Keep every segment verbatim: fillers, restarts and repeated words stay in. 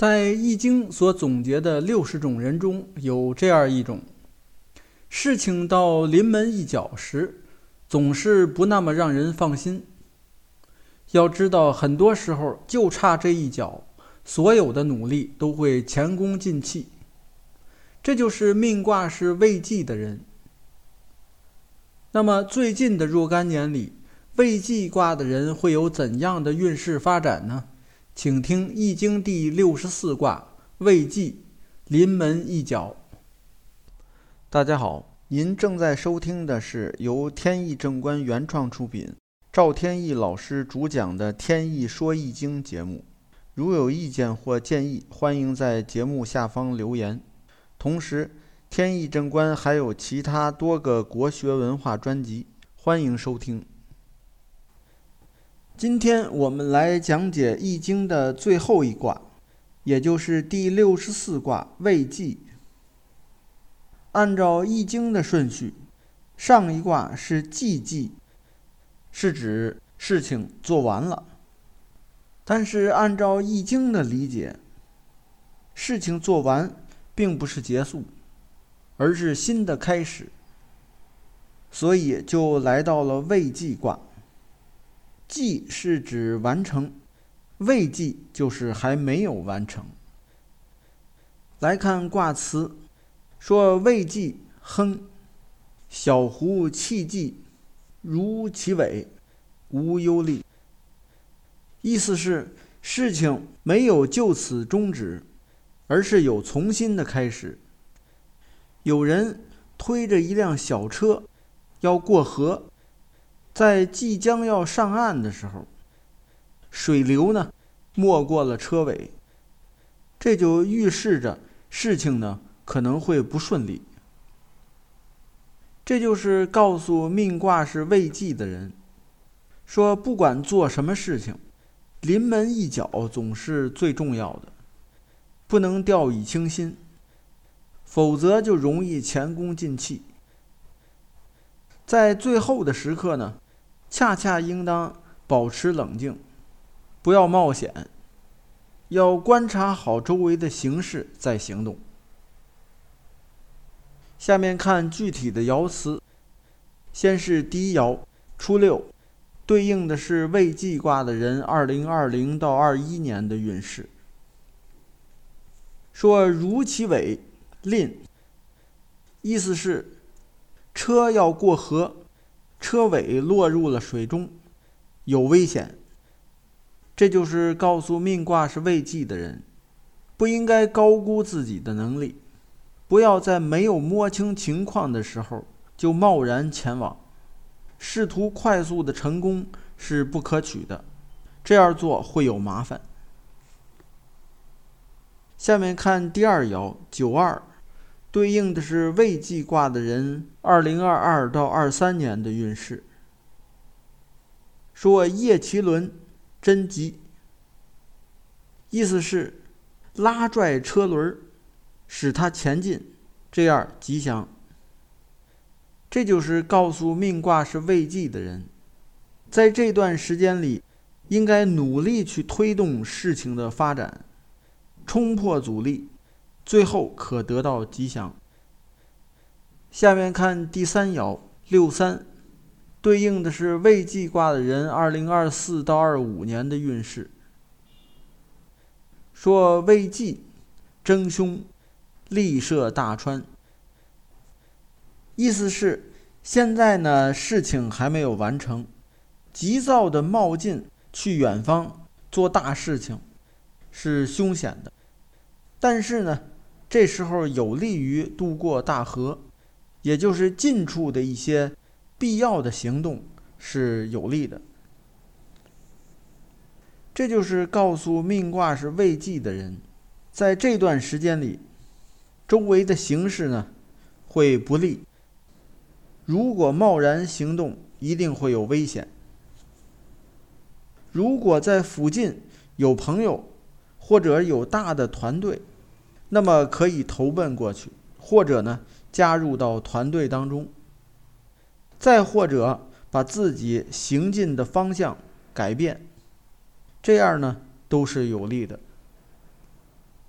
在《易经》所总结的六十种人中，有这样一种：事情到临门一脚时，总是不那么让人放心。要知道，很多时候就差这一脚，所有的努力都会前功尽弃。这就是命卦是未济的人。那么最近的若干年里，未济卦的人会有怎样的运势发展呢？请听《易经》第六十四卦未济，临门一脚。大家好，您正在收听的是由天意正观原创出品，赵天意老师主讲的《天意说易经》节目。如有意见或建议，欢迎在节目下方留言。同时，天意正观还有其他多个国学文化专辑，欢迎收听。今天我们来讲解《易经》的最后一卦，也就是第六十四卦未济。按照《易经》的顺序，上一卦是既济，是指事情做完了。但是按照《易经》的理解，事情做完并不是结束，而是新的开始，所以就来到了未济卦。济是指完成，未济就是还没有完成。来看卦辞，说未济亨，小狐弃迹，如其尾，无忧虑。意思是事情没有就此终止，而是有重新的开始。有人推着一辆小车要过河，在即将要上岸的时候，水流呢没过了车尾，这就预示着事情呢可能会不顺利。这就是告诉命卦是未济的人，说不管做什么事情，临门一脚总是最重要的，不能掉以轻心，否则就容易前功尽弃。在最后的时刻呢，恰恰应当保持冷静，不要冒险，要观察好周围的形势再行动。下面看具体的爻辞，先是第一爻初六，对应的是未济卦的人二零二零到二一年的运势。说如其尾，吝，意思是车要过河，车尾落入了水中，有危险。这就是告诉命卦是未济的人，不应该高估自己的能力，不要在没有摸清情况的时候就贸然前往，试图快速的成功是不可取的，这样做会有麻烦。下面看第二爻九二，对应的是未济卦的人二零二二到二三年的运势。说叶其轮，贞吉，意思是拉拽车轮，使它前进，这样吉祥。这就是告诉命卦是未济的人，在这段时间里应该努力去推动事情的发展，冲破阻力，最后可得到吉祥。下面看第三爻六三，对应的是未济卦的人二零二四到二五年的运势。说未济争凶，力涉大川，意思是现在呢事情还没有完成，急躁的冒进去远方做大事情是凶险的，但是呢这时候有利于渡过大河，也就是近处的一些必要的行动是有利的。这就是告诉命卦是未济的人，在这段时间里周围的形势呢会不利，如果贸然行动一定会有危险。如果在附近有朋友或者有大的团队，那么可以投奔过去，或者呢加入到团队当中，再或者把自己行进的方向改变，这样呢都是有利的。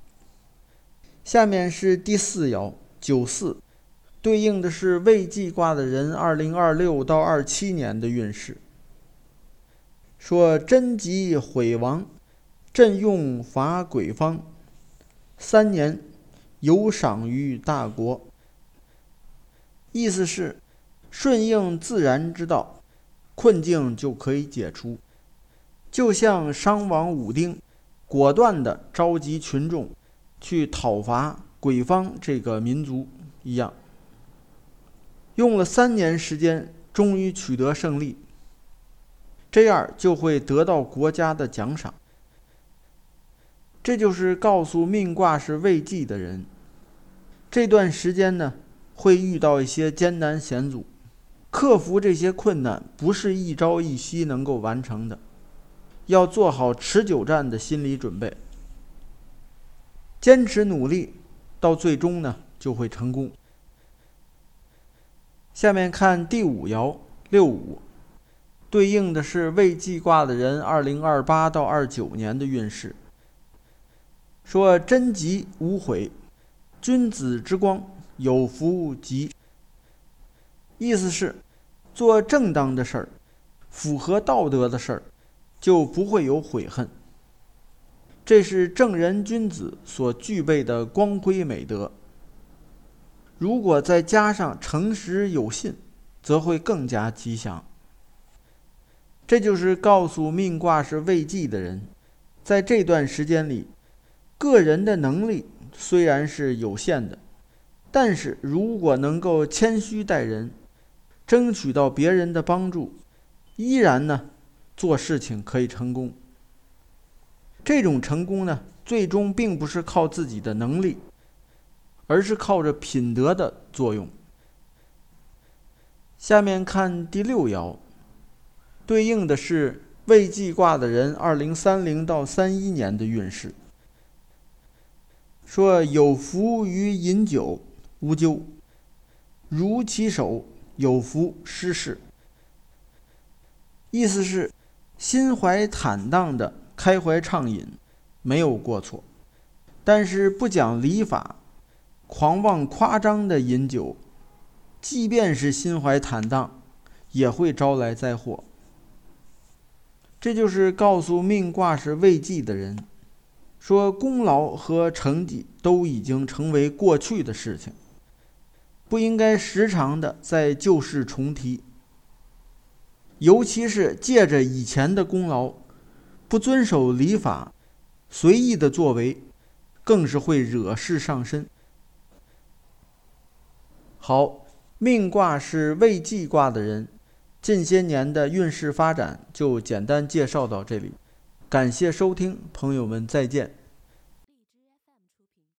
下面是第四爻九四，对应的是未济卦的人二零二六到二七年的运势。说贞吉毁亡，朕用伐鬼方，三年有赏于大国。意思是顺应自然之道，困境就可以解除，就像商王武丁果断地召集群众去讨伐鬼方这个民族一样，用了三年时间，终于取得胜利，这样就会得到国家的奖赏。这就是告诉命卦是未济的人，这段时间呢，会遇到一些艰难险阻，克服这些困难不是一朝一夕能够完成的，要做好持久战的心理准备，坚持努力，到最终呢就会成功。下面看第五爻六五，对应的是未济卦的人二零二八到二九年的运势。说贞吉无悔，君子之光，有福吉。意思是做正当的事儿，符合道德的事儿，就不会有悔恨。这是正人君子所具备的光辉美德。如果再加上诚实有信，则会更加吉祥。这就是告诉命卦是未济的人，在这段时间里，个人的能力虽然是有限的，但是如果能够谦虚待人，争取到别人的帮助，依然呢做事情可以成功。这种成功呢，最终并不是靠自己的能力，而是靠着品德的作用。下面看第六爻，对应的是未济卦的人二零三零到三一年的运势。说有福于饮酒，无咎，如其手，有福失事。意思是心怀坦荡的开怀畅饮没有过错，但是不讲礼法，狂妄夸张的饮酒，即便是心怀坦荡，也会招来灾祸。这就是告诉命卦是未济的人，说功劳和成绩都已经成为过去的事情，不应该时常的在旧事重提，尤其是借着以前的功劳，不遵守礼法，随意的作为，更是会惹事上身。好，命卦是未济卦的人，近些年的运势发展就简单介绍到这里，感谢收听，朋友们再见。